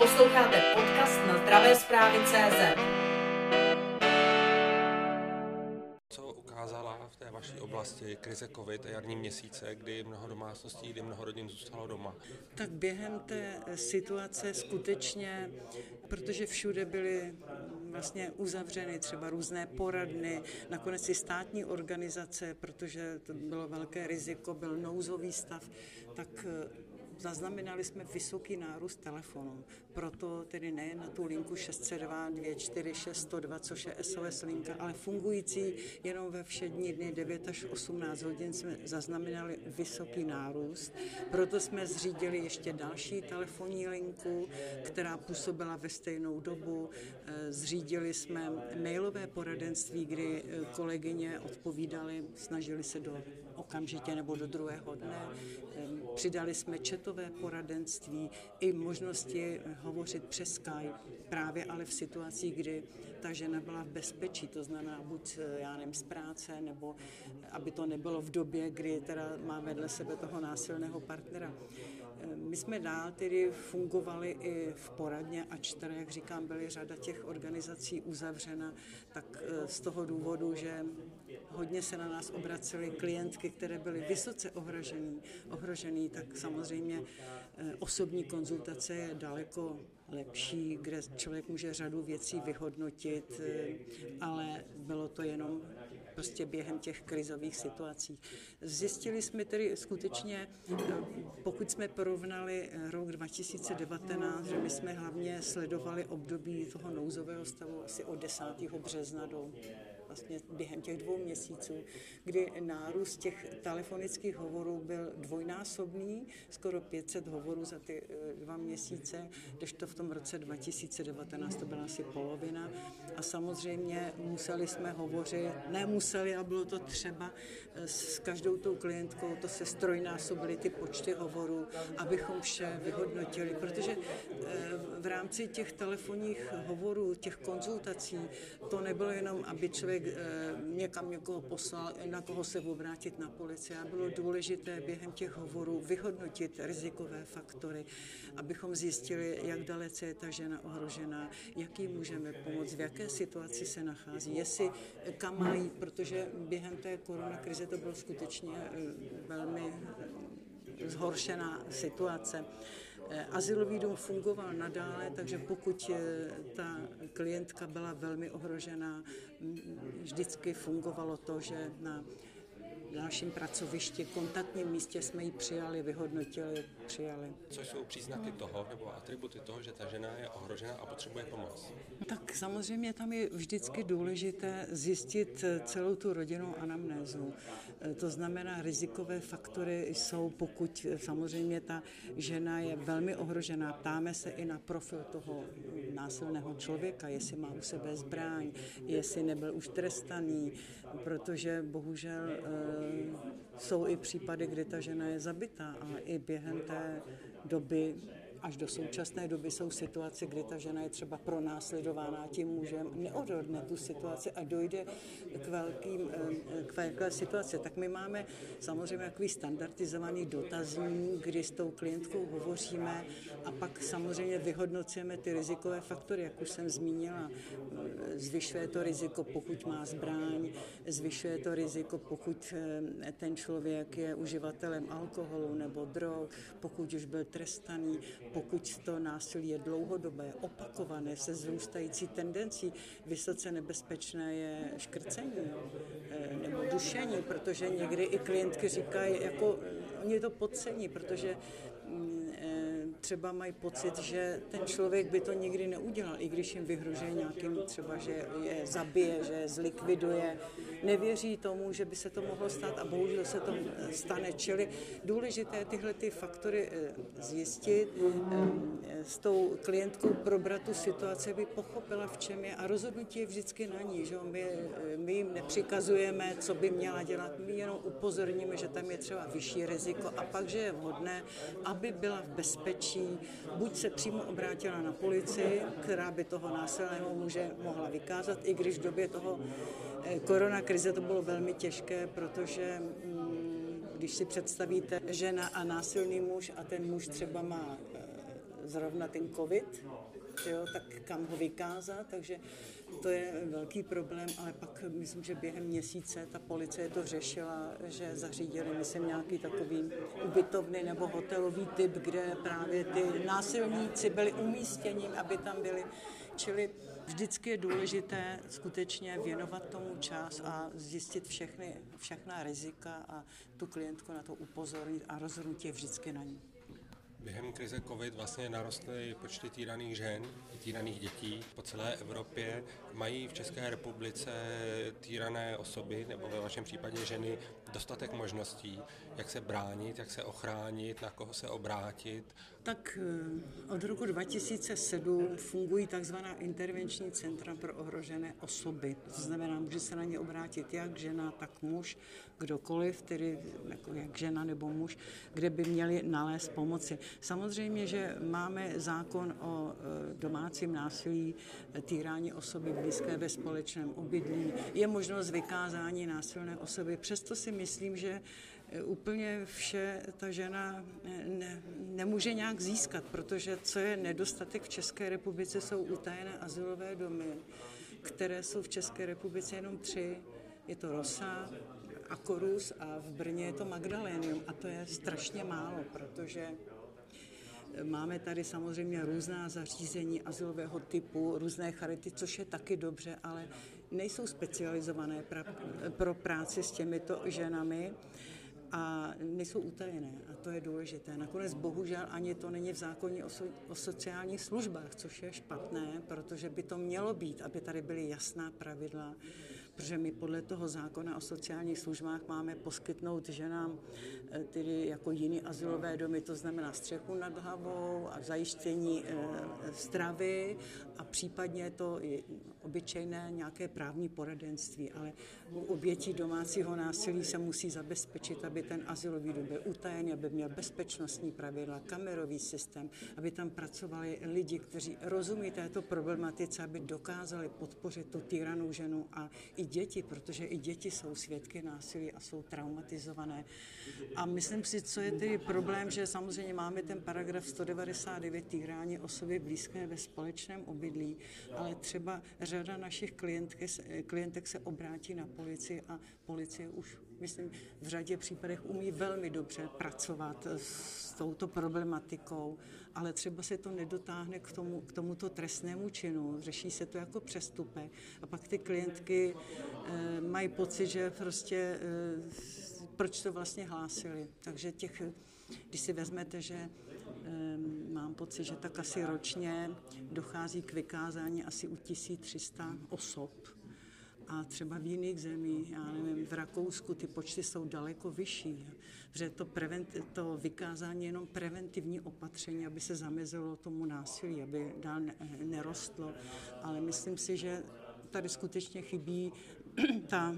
Posloucháte podcast na zdravésprávy.cz. Co ukázala v té vaší oblasti krize COVID a jarní měsíce, kdy mnoho domácností, kdy mnoho rodin zůstalo doma? Tak během té situace skutečně, protože všude byly vlastně uzavřeny třeba různé poradny, nakonec i státní organizace, protože to bylo velké riziko, byl nouzový stav, tak zaznamenali jsme vysoký nárůst telefonů. Proto tedy nejen na tu linku 602 246 102, což je SOS linka, ale fungující jenom ve všední dny 9 až 18 hodin jsme zaznamenali vysoký nárůst. Proto jsme zřídili ještě další telefonní linku, která působila ve stejnou dobu. Zřídili jsme mailové poradenství, kdy kolegyně odpovídaly, snažili se okamžitě nebo do druhého dne. Přidali jsme chatové poradenství i možnosti hovořit přes Skype, právě ale v situacích, kdy ta žena byla v bezpečí, to znamená buď z práce, nebo aby to nebylo v době, kdy teda má vedle sebe toho násilného partnera. My jsme dál tedy fungovali i v poradně, ač teda, jak říkám, byly řada těch organizací uzavřena, tak z toho důvodu, že hodně se na nás obracely klientky, které byly vysoce ohrožený, tak samozřejmě osobní konzultace je daleko lepší, kde člověk může řadu věcí vyhodnotit, ale bylo to jenom prostě během těch krizových situací. Zjistili jsme tedy skutečně, pokud jsme porovnali rok 2019, že my jsme hlavně sledovali období toho nouzového stavu asi od 10. března do vlastně během těch 2 měsíců, kdy nárůst těch telefonických hovorů byl dvojnásobný, skoro 500 hovorů za ty 2 měsíce, kdežto v tom roce 2019 to byla asi polovina. A samozřejmě museli jsme hovořit, a bylo to třeba s každou tou klientkou, to se strojnásobily ty počty hovorů, abychom vše vyhodnotili, protože v rámci těch telefonních hovorů, těch konzultací, to nebylo jenom, aby člověk někam někoho poslal, na koho se obrátit na policii. A bylo důležité během těch hovorů vyhodnotit rizikové faktory, abychom zjistili, jak dalece je ta žena ohrožená, jak jí můžeme pomoct, v jaké situaci se nachází, jestli kam má jít, protože během té koronakrize to bylo skutečně velmi zhoršená situace. Azylový dům fungoval nadále, takže pokud ta klientka byla velmi ohrožená, vždycky fungovalo to, že na dalším pracovišti, kontaktním místě jsme ji přijali, vyhodnotili, přijali. Co jsou příznaky toho, nebo atributy toho, že ta žena je ohrožená a potřebuje pomoc? Tak samozřejmě tam je vždycky důležité zjistit celou tu rodinnou anamnézu. To znamená, rizikové faktory jsou, pokud samozřejmě ta žena je velmi ohrožená, ptáme se i na profil toho násilného člověka, jestli má u sebe zbraň, jestli nebyl už trestaný, protože bohužel jsou i případy, kdy ta žena je zabitá a i během té doby až do současné doby jsou situace, kdy ta žena je třeba pronásledována tím mužem, neodhodne tu situaci a dojde k velké situaci. Tak my máme samozřejmě takový standardizovaný dotazník, kdy s tou klientkou hovoříme a pak samozřejmě vyhodnocujeme ty rizikové faktory, jak už jsem zmínila. Zvyšuje to riziko, pokud má zbraň, zvyšuje to riziko, pokud ten člověk je uživatelem alkoholu nebo drog, pokud už byl trestaný, pokud to násilí je dlouhodobé, opakované, se zrůstající tendencí, vysoce nebezpečné je škrcení nebo dušení, protože někdy i klientky říkají, jako oni to podcení, protože třeba mají pocit, že ten člověk by to nikdy neudělal, i když jim vyhrožuje nějakým třeba, že je zabije, že je zlikviduje. Nevěří tomu, že by se to mohlo stát a bohužel se to stane. Čili důležité tyhle ty faktory zjistit, s tou klientkou probrat tu situaci, aby pochopila, v čem je a rozhodnutí je vždycky na ní. Že? My jim nepřikazujeme, co by měla dělat, my jenom upozorníme, že tam je třeba vyšší riziko a pak, že je vhodné, aby byla v bezpečí, buď se přímo obrátila na policii, která by toho násilného muže mohla vykázat, i když v době toho koronakrize to bylo velmi těžké, protože když si představíte žena a násilný muž a ten muž třeba má zrovna ten covid, jo, tak kam ho vykázat, takže to je velký problém, ale pak myslím, že během měsíce ta policie to řešila, že zařídili, myslím, nějaký takový ubytovny nebo hotelový typ, kde právě ty násilníci byli umístěni, aby tam byli. Čili vždycky je důležité skutečně věnovat tomu čas a zjistit všechna rizika a tu klientku na to upozornit a rozhodnutí je vždycky na ní. Během krize COVID vlastně narostly počty týraných žen, týraných dětí po celé Evropě. Mají v České republice týrané osoby, nebo ve vašem případě ženy, dostatek možností, jak se bránit, jak se ochránit, na koho se obrátit? Tak od roku 2007 fungují takzvaná intervenční centra pro ohrožené osoby. To znamená, může se na ně obrátit jak žena, tak muž, kdokoliv, tedy jako jak žena nebo muž, kde by měli nalézt pomoci. Samozřejmě, že máme zákon o domácím násilí, týrání osoby blízké ve společném obydlí. Je možnost vykázání násilné osoby. Přesto si myslím, že úplně vše ta žena nemůže nějak získat, protože co je nedostatek v České republice, jsou utajené azylové domy, které jsou v České republice jenom 3. Je to Rosa, Akorus a v Brně je to Magdalénium a to je strašně málo, protože máme tady samozřejmě různá zařízení azylového typu, různé charity, což je taky dobře, ale nejsou specializované pro práci s těmito ženami a nejsou utajené a to je důležité. Nakonec bohužel ani to není v zákoně o sociálních službách, což je špatné, protože by to mělo být, aby tady byly jasná pravidla, protože my podle toho zákona o sociálních službách máme poskytnout ženám tedy jako jiné azylové domy, to znamená střechu nad hlavou a zajištění stravy a případně to i obyčejné nějaké právní poradenství, ale u obětí domácího násilí se musí zabezpečit, aby ten azylový dům byl utajený, aby měl bezpečnostní pravidla, kamerový systém, aby tam pracovali lidi, kteří rozumí této problematice, aby dokázali podpořit tu týranou ženu a i děti, protože i děti jsou svědky násilí a jsou traumatizované. A myslím si, co je tedy problém, že samozřejmě máme ten paragraf 199 týrání osoby blízké ve společném obydlí, ale třeba řada našich klientek se obrátí na policii a policie už, myslím, v řadě případech umí velmi dobře pracovat s touto problematikou, ale třeba se to nedotáhne k tomuto trestnému činu, řeší se to jako přestupek a pak ty klientky mají pocit, že prostě proč to vlastně hlásili. Takže když si vezmete, že mám pocit, že tak asi ročně dochází k vykázání asi u 1300 osob. A třeba v jiných zemích, já nevím, v Rakousku ty počty jsou daleko vyšší, že to vykázání je jenom preventivní opatření, aby se zamezilo tomu násilí, aby dál nerostlo. Ale myslím si, že tady skutečně chybí ta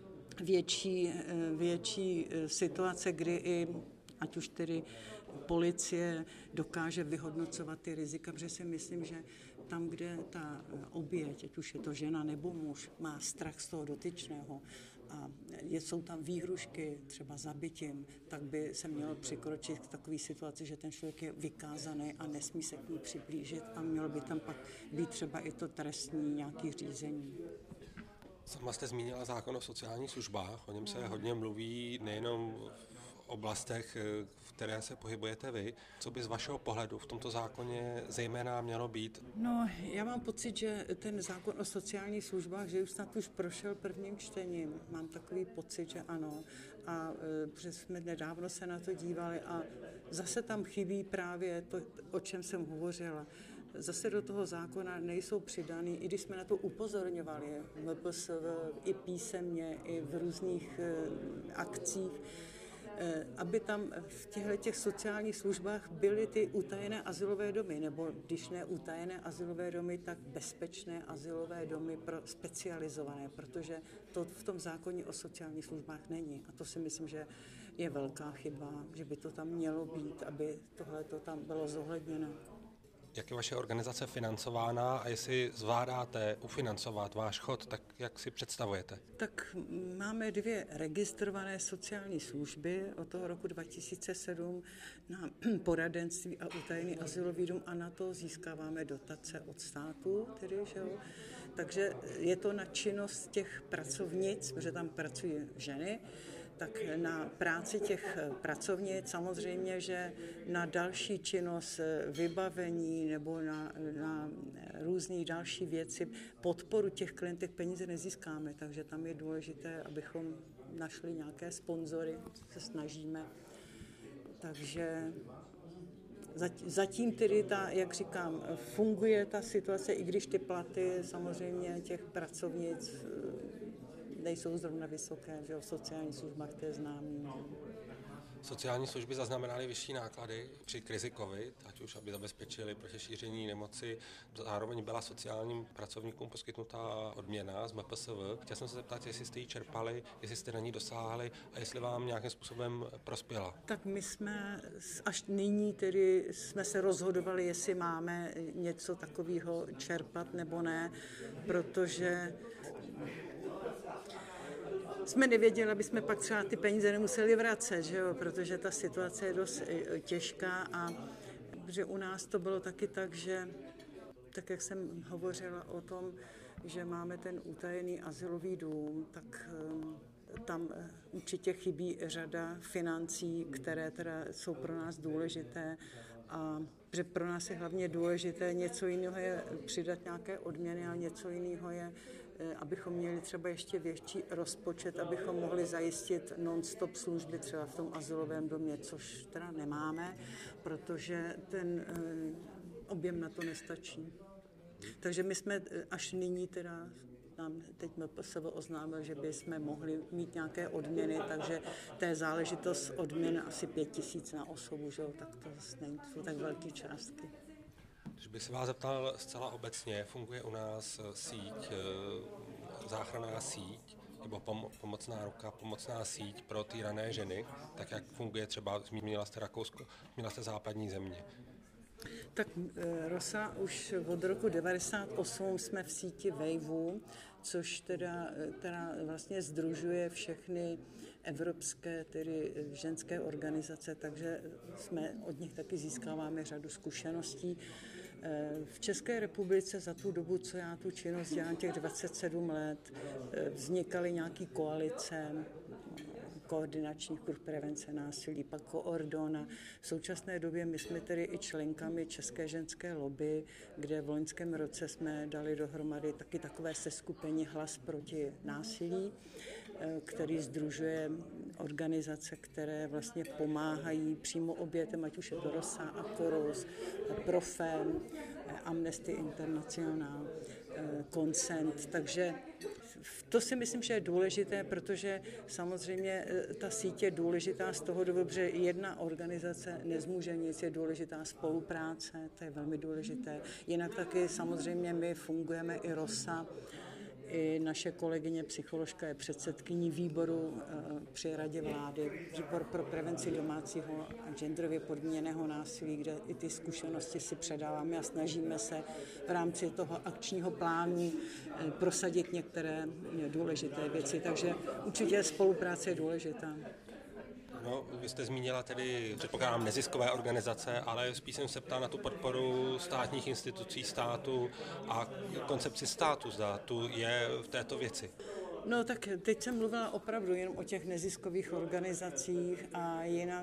větší situace, kdy i ať už tedy policie dokáže vyhodnocovat ty rizika, protože si myslím, že tam, kde ta oběť, ať už je to žena nebo muž, má strach z toho dotyčného a jsou tam výhrušky třeba zabitím, tak by se mělo přikročit k takové situaci, že ten člověk je vykázaný a nesmí se k ní přiblížit a mělo by tam pak být třeba i to trestní nějaké řízení. Sama jste zmínila zákon o sociálních službách, o něm se hodně mluví nejenom v oblastech, v které se pohybujete vy. Co by z vašeho pohledu v tomto zákoně zejména mělo být? No, já mám pocit, že ten zákon o sociálních službách, že už snad už prošel prvním čtením. Mám takový pocit, že ano. A protože jsme nedávno se na to dívali a zase tam chybí právě to, o čem jsem hovořila. Zase do toho zákona nejsou přidaný, i když jsme na to upozorňovali, i písemně, i v různých akcích, aby tam v těchto sociálních službách byly ty utajené azylové domy, nebo když ne utajené azylové domy, tak bezpečné azylové domy specializované, protože to v tom zákoně o sociálních službách není. A to si myslím, že je velká chyba, že by to tam mělo být, aby tohle to tam bylo zohledněno. Jak je vaše organizace financována a jestli zvládáte ufinancovat váš chod, tak jak si představujete? Tak máme 2 registrované sociální služby od toho roku 2007 na poradenství a utajený azylový dům a na to získáváme dotace od státu, tedy, že jo? Takže je to na činnost těch pracovnic, protože tam pracují ženy, tak na práci těch pracovnic samozřejmě, že na další činnost vybavení nebo na různé další věci, podporu těch klientek peníze nezískáme, takže tam je důležité, abychom našli nějaké sponzory, se snažíme. Takže zatím tedy jak říkám, funguje ta situace, i když ty platy samozřejmě těch pracovnic nejsou zrovna vysoké, že v sociálních službách to je známý. Sociální služby zaznamenaly vyšší náklady při krizi COVID, ať už aby zabezpečili proti šíření nemoci. Zároveň byla sociálním pracovníkům poskytnutá odměna z MPSV. Chtěl jsem se zeptat, jestli jste ji čerpali, jestli jste na ní dosáhli a jestli vám nějakým způsobem prospěla. Tak my jsme až nyní tedy jsme se rozhodovali, jestli máme něco takového čerpat nebo ne, protože jsme nevěděli, aby jsme pak třeba ty peníze nemuseli vracet, že jo? Protože ta situace je dost těžká a že u nás to bylo taky tak, že tak jak jsem hovořila o tom, že máme ten utajený azylový dům, tak tam určitě chybí řada financí, které teda jsou pro nás důležité a že pro nás je hlavně důležité, něco jiného je přidat nějaké odměny a něco jiného je, abychom měli třeba ještě větší rozpočet, abychom mohli zajistit non-stop služby třeba v tom azylovém domě, což teda nemáme, protože ten objem na to nestačí. Takže my jsme až nyní teda nám teď MPSV oznámil, že bychom mohli mít nějaké odměny, takže to je záležitost odměny asi 5 000 na osobu, že jo, tak to jsou tak velké částky. Když bych se vás zeptal zcela obecně, funguje u nás síť, záchranná síť, nebo pomocná ruka, pomocná síť pro týrané ženy, tak jak funguje třeba, zmínila jste Rakousko, zmínila jste západní země. Tak Rosa už od roku 1998 jsme v síti Waveu, což teda vlastně sdružuje všechny evropské, tedy ženské organizace, takže jsme od nich taky získáváme řadu zkušeností. V České republice za tu dobu, co já tu činnost dělám, těch 27 let, vznikaly nějaké koalice, koordinačních kruh prevence násilí, pak Koordona. V současné době my jsme tedy i členkami České ženské lobby, kde v loňském roce jsme dali dohromady taky takové seskupení Hlas proti násilí, který sdružuje organizace, které vlastně pomáhají přímo obětem, ať už je to Rosa, Akorus, Profem, Amnesty International, Consent, takže to si myslím, že je důležité, protože samozřejmě ta síť je důležitá z toho důvodu, že jedna organizace nezmůže nic, je důležitá spolupráce, to je velmi důležité. Jinak taky samozřejmě my fungujeme i Rosa, i naše kolegyně psycholožka je předsedkyní výboru při Radě vlády, výbor pro prevenci domácího a genderově podmíněného násilí, kde i ty zkušenosti si předáváme a snažíme se v rámci toho akčního plánu prosadit některé důležité věci. Takže určitě spolupráce je důležitá. No, vy jste zmínila tedy, předpokládám, neziskové organizace, ale spíš jsem se ptal na tu podporu státních institucí, státu a koncepci státu, zda tu je v této věci. No tak teď jsem mluvila opravdu jenom o těch neziskových organizacích a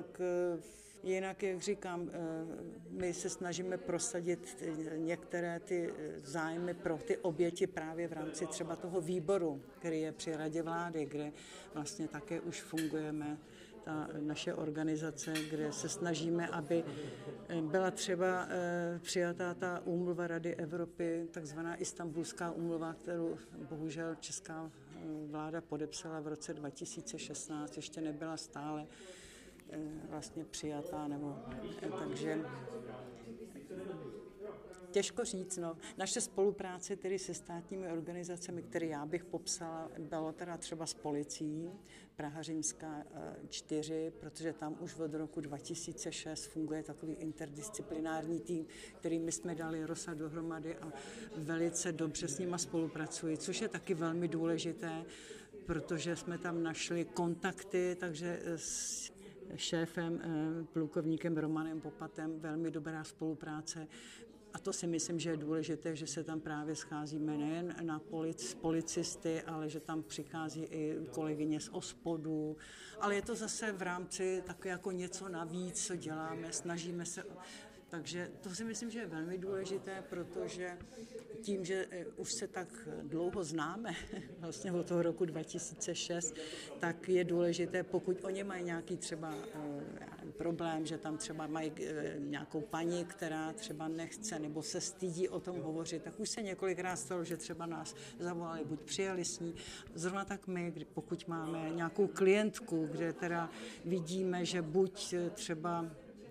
jinak, jak říkám, my se snažíme prosadit některé ty zájmy pro ty oběti právě v rámci třeba toho výboru, který je při Radě vlády, kde vlastně také už fungujeme, ta naše organizace, kde se snažíme, aby byla třeba přijatá ta úmluva Rady Evropy, takzvaná Istanbulská úmluva, kterou bohužel česká vláda podepsala v roce 2016, ještě nebyla stále takže Těžko říct, no. Naše spolupráce tedy se státními organizacemi, které já bych popsala, bylo teda třeba s policií, Praha Římská 4, protože tam už od roku 2006 funguje takový interdisciplinární tým, který my jsme dali Rosa dohromady a velice dobře s nima spolupracují, což je taky velmi důležité, protože jsme tam našli kontakty, takže s šéfem, plukovníkem Romanem Popatem, velmi dobrá spolupráce. A to si myslím, že je důležité, že se tam právě scházíme nejen na policisty, ale že tam přichází i kolegyně z OSPODu. Ale je to zase v rámci takové jako něco navíc, co děláme, snažíme se. Takže to si myslím, že je velmi důležité, protože tím, že už se tak dlouho známe, vlastně od toho roku 2006, tak je důležité, pokud oni mají nějaký třeba problém, že tam třeba mají nějakou paní, která třeba nechce nebo se stydí o tom hovořit, tak už se několikrát stalo, že třeba nás zavolali, buď přijeli s ní. Zrovna tak my, pokud máme nějakou klientku, kde teda vidíme, že buď třeba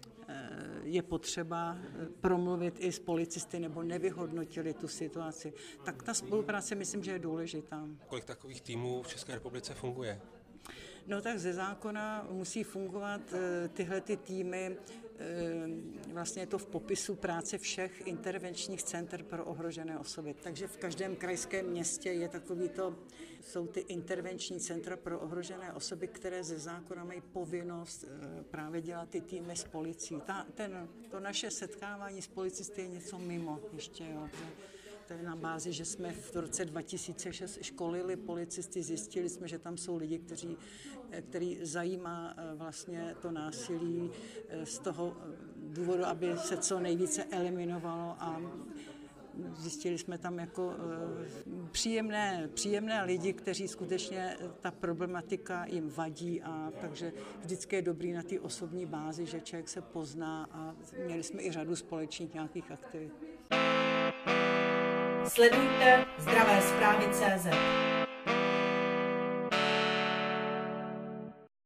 je potřeba promluvit i s policisty nebo nevyhodnotili tu situaci, tak ta spolupráce myslím, že je důležitá. Kolik takových týmů v České republice funguje? No tak ze zákona musí fungovat tyhle ty týmy, vlastně je to v popisu práce všech intervenčních center pro ohrožené osoby. Takže v každém krajském městě je jsou ty intervenční centra pro ohrožené osoby, které ze zákona mají povinnost právě dělat ty týmy s policií. To naše setkávání s policisty je něco mimo ještě, jo. To je na bázi, že jsme v roce 2006 školili policisty, zjistili jsme, že tam jsou lidi, který zajímá vlastně to násilí z toho důvodu, aby se co nejvíce eliminovalo a zjistili jsme tam jako příjemné lidi, kteří skutečně ta problematika jim vadí a takže vždycky je dobrý na té osobní bázi, že člověk se pozná a měli jsme i řadu společných nějakých aktivit. Sledujte Zdravé zprávy.cz.